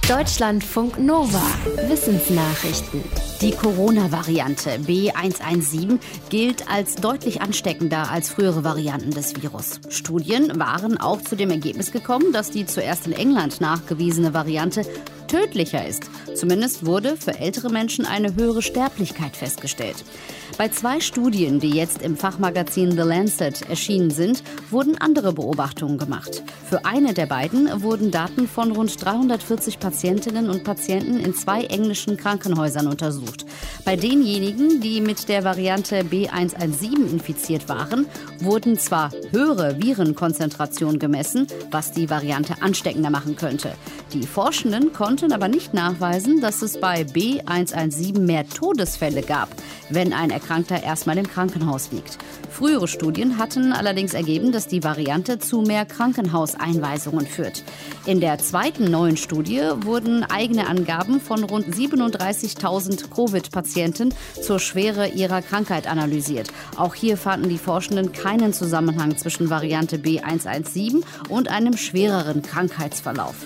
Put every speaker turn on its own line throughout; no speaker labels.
Deutschlandfunk Nova. Wissensnachrichten. Die Corona-Variante B117 gilt als deutlich ansteckender als frühere Varianten des Virus. Studien waren auch zu dem Ergebnis gekommen, dass die zuerst in England nachgewiesene Variante tödlicher ist. Zumindest wurde für ältere Menschen eine höhere Sterblichkeit festgestellt. Bei 2 Studien, die jetzt im Fachmagazin The Lancet erschienen sind, wurden andere Beobachtungen gemacht. Für eine der beiden wurden Daten von rund 340 Patientinnen und Patienten in 2 englischen Krankenhäusern untersucht. Bei denjenigen, die mit der Variante B117 infiziert waren, wurden zwar höhere Virenkonzentrationen gemessen, was die Variante ansteckender machen könnte. Die Forschenden konnten aber nicht nachweisen, dass es bei B117 mehr Todesfälle gab, wenn ein Erkrankter erstmal im Krankenhaus liegt. Frühere Studien hatten allerdings ergeben, dass die Variante zu mehr Krankenhauseinweisungen führt. In der zweiten neuen Studie wurden eigene Angaben von rund 37.000 Covid-Patienten zur Schwere ihrer Krankheit analysiert. Auch hier fanden die Forschenden keinen Zusammenhang zwischen Variante B117 und einem schwereren Krankheitsverlauf.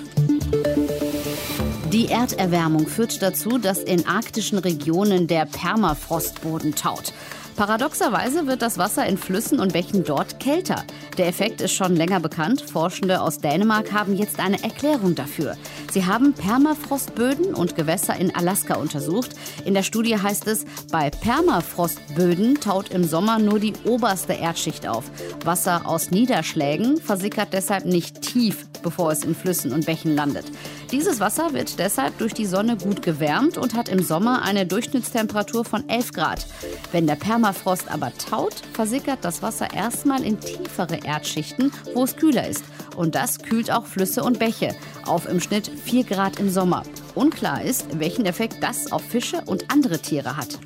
Die Erderwärmung führt dazu, dass in arktischen Regionen der Permafrostboden taut. Paradoxerweise wird das Wasser in Flüssen und Bächen dort kälter. Der Effekt ist schon länger bekannt. Forschende aus Dänemark haben jetzt eine Erklärung dafür. Sie haben Permafrostböden und Gewässer in Alaska untersucht. In der Studie heißt es, bei Permafrostböden taut im Sommer nur die oberste Erdschicht auf. Wasser aus Niederschlägen versickert deshalb nicht tief, bevor es in Flüssen und Bächen landet. Dieses Wasser wird deshalb durch die Sonne gut gewärmt und hat im Sommer eine Durchschnittstemperatur von 11 Grad. Wenn der Permafrost aber taut, versickert das Wasser erstmal in tiefere Erdschichten, wo es kühler ist. Und das kühlt auch Flüsse und Bäche auf im Schnitt 4 Grad im Sommer. Unklar ist, welchen Effekt das auf Fische und andere Tiere hat.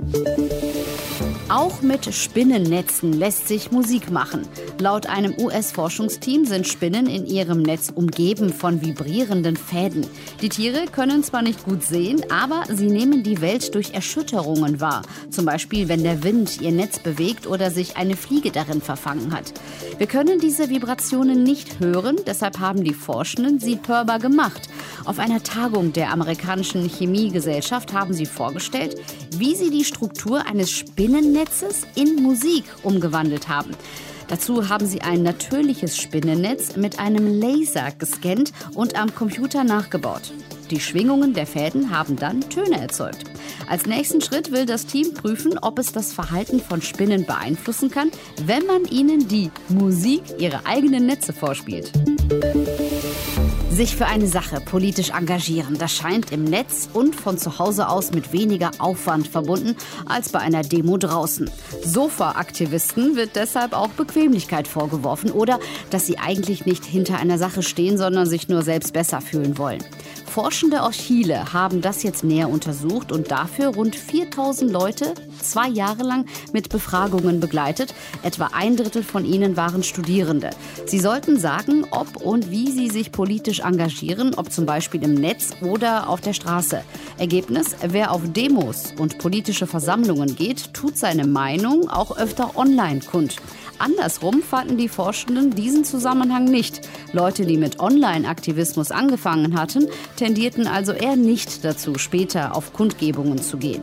Auch mit Spinnennetzen lässt sich Musik machen. Laut einem US-Forschungsteam sind Spinnen in ihrem Netz umgeben von vibrierenden Fäden. Die Tiere können zwar nicht gut sehen, aber sie nehmen die Welt durch Erschütterungen wahr. Zum Beispiel, wenn der Wind ihr Netz bewegt oder sich eine Fliege darin verfangen hat. Wir können diese Vibrationen nicht hören, deshalb haben die Forschenden sie hörbar gemacht. Auf einer Tagung der amerikanischen Chemiegesellschaft haben sie vorgestellt, wie sie die Struktur eines Spinnennetzes in Musik umgewandelt haben. Dazu haben sie ein natürliches Spinnennetz mit einem Laser gescannt und am Computer nachgebaut. Die Schwingungen der Fäden haben dann Töne erzeugt. Als nächsten Schritt will das Team prüfen, ob es das Verhalten von Spinnen beeinflussen kann, wenn man ihnen die Musik ihrer eigenen Netze vorspielt. Sich für eine Sache politisch engagieren, das scheint im Netz und von zu Hause aus mit weniger Aufwand verbunden als bei einer Demo draußen. Sofa-Aktivisten wird deshalb auch Bequemlichkeit vorgeworfen oder dass sie eigentlich nicht hinter einer Sache stehen, sondern sich nur selbst besser fühlen wollen. Forschende aus Chile haben das jetzt näher untersucht und dafür rund 4.000 Leute 2 Jahre lang mit Befragungen begleitet. Etwa 1/3 von ihnen waren Studierende. Sie sollten sagen, ob und wie sie sich politisch engagieren, ob zum Beispiel im Netz oder auf der Straße. Ergebnis: Wer auf Demos und politische Versammlungen geht, tut seine Meinung auch öfter online kund. Andersrum fanden die Forschenden diesen Zusammenhang nicht. Leute, die mit Online-Aktivismus angefangen hatten, tendierten also eher nicht dazu, später auf Kundgebungen zu gehen.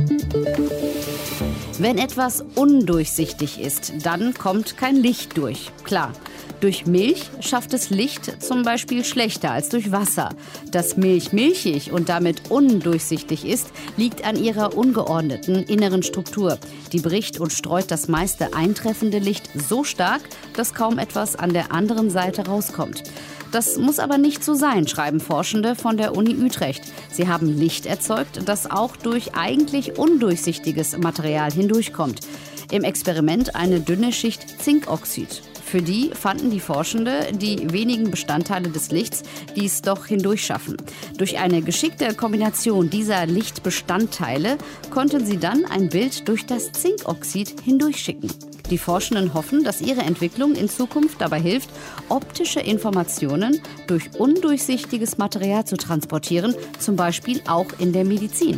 Wenn etwas undurchsichtig ist, dann kommt kein Licht durch. Klar. Durch Milch schafft es Licht zum Beispiel schlechter als durch Wasser. Dass Milch milchig und damit undurchsichtig ist, liegt an ihrer ungeordneten inneren Struktur. Die bricht und streut das meiste eintreffende Licht so stark, dass kaum etwas an der anderen Seite rauskommt. Das muss aber nicht so sein, schreiben Forschende von der Uni Utrecht. Sie haben Licht erzeugt, das auch durch eigentlich undurchsichtiges Material hindurchkommt. Im Experiment eine dünne Schicht Zinkoxid. Für die fanden die Forschende die wenigen Bestandteile des Lichts, die es doch hindurchschaffen. Durch eine geschickte Kombination dieser Lichtbestandteile konnten sie dann ein Bild durch das Zinkoxid hindurchschicken. Die Forschenden hoffen, dass ihre Entwicklung in Zukunft dabei hilft, optische Informationen durch undurchsichtiges Material zu transportieren, zum Beispiel auch in der Medizin.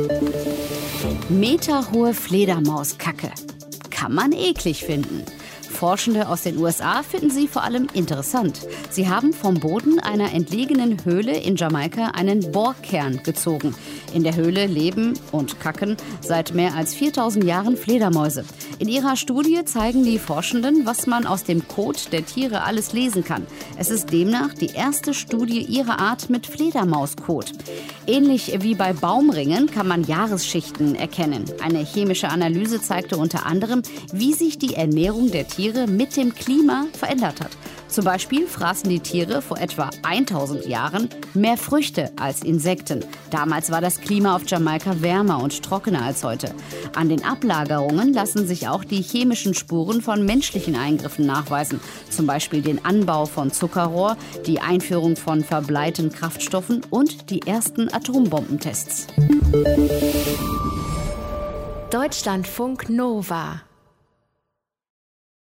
Meterhohe Fledermauskacke. Kann man eklig finden. Forschende aus den USA finden sie vor allem interessant. Sie haben vom Boden einer entlegenen Höhle in Jamaika einen Bohrkern gezogen. In der Höhle leben und kacken seit mehr als 4000 Jahren Fledermäuse. In ihrer Studie zeigen die Forschenden, was man aus dem Kot der Tiere alles lesen kann. Es ist demnach die erste Studie ihrer Art mit Fledermauskot. Ähnlich wie bei Baumringen kann man Jahresschichten erkennen. Eine chemische Analyse zeigte unter anderem, wie sich die Ernährung der Tiere mit dem Klima verändert hat. Zum Beispiel fraßen die Tiere vor etwa 1000 Jahren mehr Früchte als Insekten. Damals war das Klima auf Jamaika wärmer und trockener als heute. An den Ablagerungen lassen sich auch die chemischen Spuren von menschlichen Eingriffen nachweisen. Zum Beispiel den Anbau von Zuckerrohr, die Einführung von verbleiten Kraftstoffen und die ersten Atombombentests.
Deutschlandfunk Nova